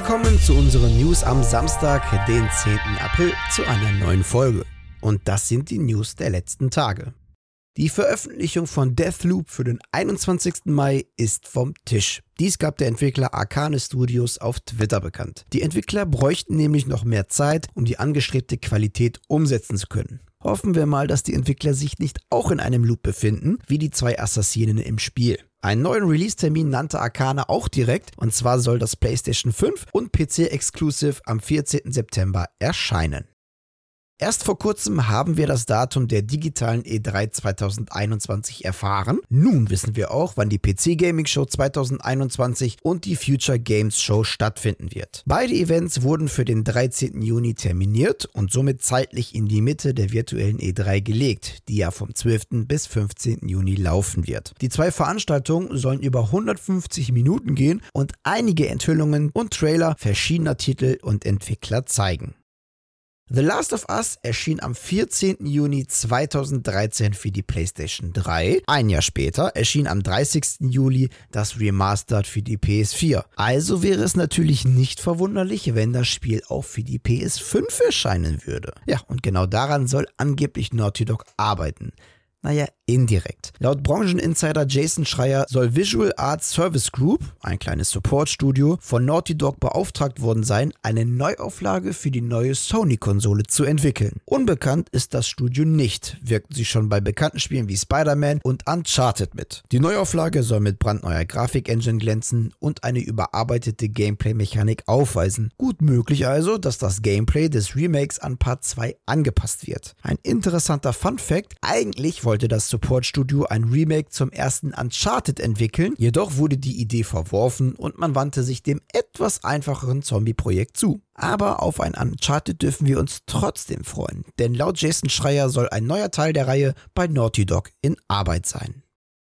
Willkommen zu unseren News am Samstag, den 10. April, zu einer neuen Folge. Und das sind die News der letzten Tage. Die Veröffentlichung von Deathloop für den 21. Mai ist vom Tisch. Dies gab der Entwickler Arcane Studios auf Twitter bekannt. Die Entwickler bräuchten nämlich noch mehr Zeit, um die angestrebte Qualität umsetzen zu können. Hoffen wir mal, dass die Entwickler sich nicht auch in einem Loop befinden, wie die zwei Assassinen im Spiel. Einen neuen Release-Termin nannte Arcane auch direkt, und zwar soll das PlayStation 5 und PC-Exclusive am 14. September erscheinen. Erst vor kurzem haben wir das Datum der digitalen E3 2021 erfahren. Nun wissen wir auch, wann die PC Gaming Show 2021 und die Future Games Show stattfinden wird. Beide Events wurden für den 13. Juni terminiert und somit zeitlich in die Mitte der virtuellen E3 gelegt, die ja vom 12. bis 15. Juni laufen wird. Die zwei Veranstaltungen sollen über 150 Minuten gehen und einige Enthüllungen und Trailer verschiedener Titel und Entwickler zeigen. The Last of Us erschien am 14. Juni 2013 für die PlayStation 3. Ein Jahr später erschien am 30. Juli das Remastered für die PS4. Also wäre es natürlich nicht verwunderlich, wenn das Spiel auch für die PS5 erscheinen würde. Ja, und genau daran soll angeblich Naughty Dog arbeiten. Naja, indirekt. Laut Brancheninsider Jason Schreier soll Visual Arts Service Group, ein kleines Support-Studio, von Naughty Dog beauftragt worden sein, eine Neuauflage für die neue Sony-Konsole zu entwickeln. Unbekannt ist das Studio nicht, wirkten sie schon bei bekannten Spielen wie Spider-Man und Uncharted mit. Die Neuauflage soll mit brandneuer Grafik-Engine glänzen und eine überarbeitete Gameplay-Mechanik aufweisen. Gut möglich also, dass das Gameplay des Remakes an Part 2 angepasst wird. Ein interessanter Fun-Fact: eigentlich wollte das Support-Studio ein Remake zum ersten Uncharted entwickeln, jedoch wurde die Idee verworfen und man wandte sich dem etwas einfacheren Zombie-Projekt zu. Aber auf ein Uncharted dürfen wir uns trotzdem freuen, denn laut Jason Schreier soll ein neuer Teil der Reihe bei Naughty Dog in Arbeit sein.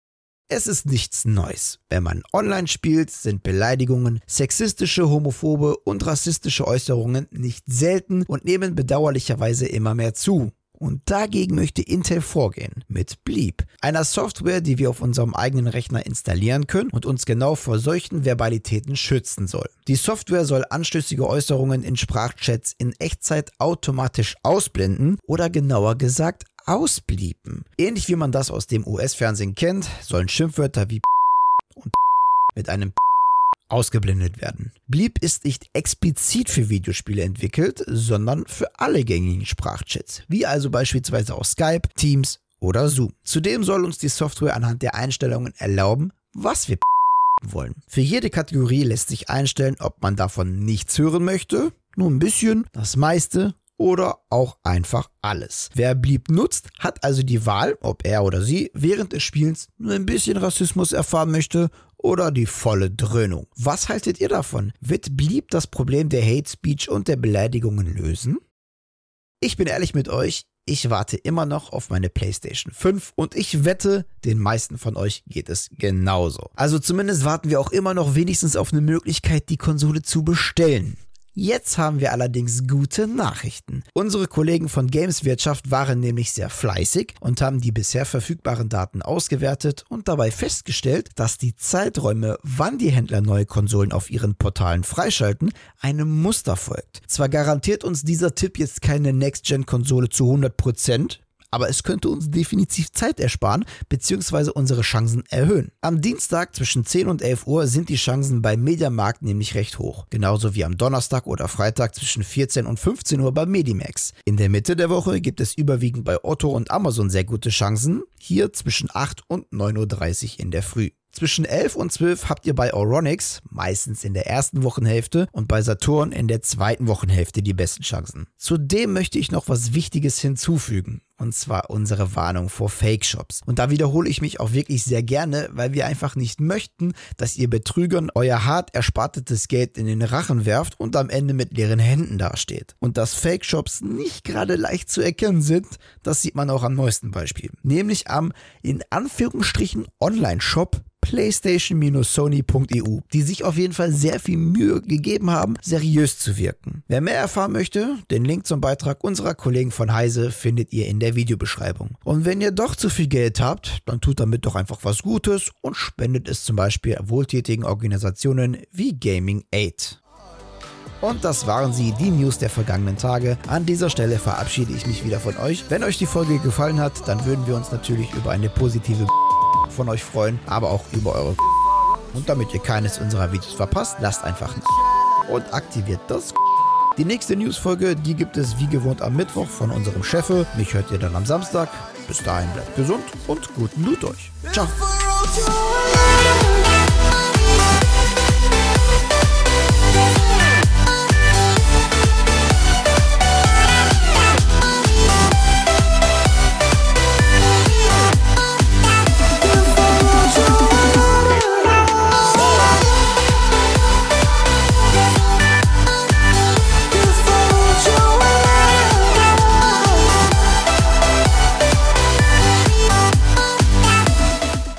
Es ist nichts Neues. Wenn man online spielt, sind Beleidigungen, sexistische, homophobe und rassistische Äußerungen nicht selten und nehmen bedauerlicherweise immer mehr zu. Und dagegen möchte Intel vorgehen mit Bleep, einer Software, die wir auf unserem eigenen Rechner installieren können und uns genau vor solchen Verbalitäten schützen soll. Die Software soll anstößige Äußerungen in Sprachchats in Echtzeit automatisch ausblenden oder genauer gesagt ausbliepen. Ähnlich wie man das aus dem US-Fernsehen kennt, sollen Schimpfwörter wie und mit einem ausgeblendet werden. Bleep ist nicht explizit für Videospiele entwickelt, sondern für alle gängigen Sprachchats, wie also beispielsweise auch Skype, Teams oder Zoom. Zudem soll uns die Software anhand der Einstellungen erlauben, was wir wollen. Für jede Kategorie lässt sich einstellen, ob man davon nichts hören möchte, nur ein bisschen, das meiste oder auch einfach alles. Wer Bleep nutzt, hat also die Wahl, ob er oder sie während des Spielens nur ein bisschen Rassismus erfahren möchte oder die volle Dröhnung. Was haltet ihr davon? Wird Bleep das Problem der Hate Speech und der Beleidigungen lösen? Ich bin ehrlich mit euch, ich warte immer noch auf meine PlayStation 5 und ich wette, den meisten von euch geht es genauso. Also zumindest warten wir auch immer noch wenigstens auf eine Möglichkeit, die Konsole zu bestellen. Jetzt haben wir allerdings gute Nachrichten. Unsere Kollegen von Gameswirtschaft waren nämlich sehr fleißig und haben die bisher verfügbaren Daten ausgewertet und dabei festgestellt, dass die Zeiträume, wann die Händler neue Konsolen auf ihren Portalen freischalten, einem Muster folgt. Zwar garantiert uns dieser Tipp jetzt keine Next-Gen-Konsole zu 100%, aber es könnte uns definitiv Zeit ersparen bzw. unsere Chancen erhöhen. Am Dienstag zwischen 10 und 11 Uhr sind die Chancen beim Mediamarkt nämlich recht hoch. Genauso wie am Donnerstag oder Freitag zwischen 14 und 15 Uhr bei Medimax. In der Mitte der Woche gibt es überwiegend bei Otto und Amazon sehr gute Chancen. Hier zwischen 8 und 9.30 Uhr in der Früh. Zwischen 11 und 12 habt ihr bei Euronics, meistens in der ersten Wochenhälfte, und bei Saturn in der zweiten Wochenhälfte die besten Chancen. Zudem möchte ich noch was Wichtiges hinzufügen, und zwar unsere Warnung vor Fake-Shops. Und da wiederhole ich mich auch wirklich sehr gerne, weil wir einfach nicht möchten, dass ihr Betrügern euer hart erspartetes Geld in den Rachen werft und am Ende mit leeren Händen dasteht. Und dass Fake-Shops nicht gerade leicht zu erkennen sind, das sieht man auch am neuesten Beispiel. Nämlich am, in Anführungsstrichen, Online-Shop PlayStation-Sony.eu, die sich auf jeden Fall sehr viel Mühe gegeben haben, seriös zu wirken. Wer mehr erfahren möchte, den Link zum Beitrag unserer Kollegen von Heise findet ihr in der Videobeschreibung. Und wenn ihr doch zu viel Geld habt, dann tut damit doch einfach was Gutes und spendet es zum Beispiel wohltätigen Organisationen wie Gaming Aid. Und das waren sie, die News der vergangenen Tage. An dieser Stelle verabschiede ich mich wieder von euch. Wenn euch die Folge gefallen hat, dann würden wir uns natürlich über eine positive von euch freuen, aber auch über eure. Und damit ihr keines unserer Videos verpasst, lasst einfach und aktiviert das. Die nächste Newsfolge, die gibt es wie gewohnt am Mittwoch von unserem Chef. Mich hört ihr dann am Samstag. Bis dahin bleibt gesund und guten Loot euch. Ciao.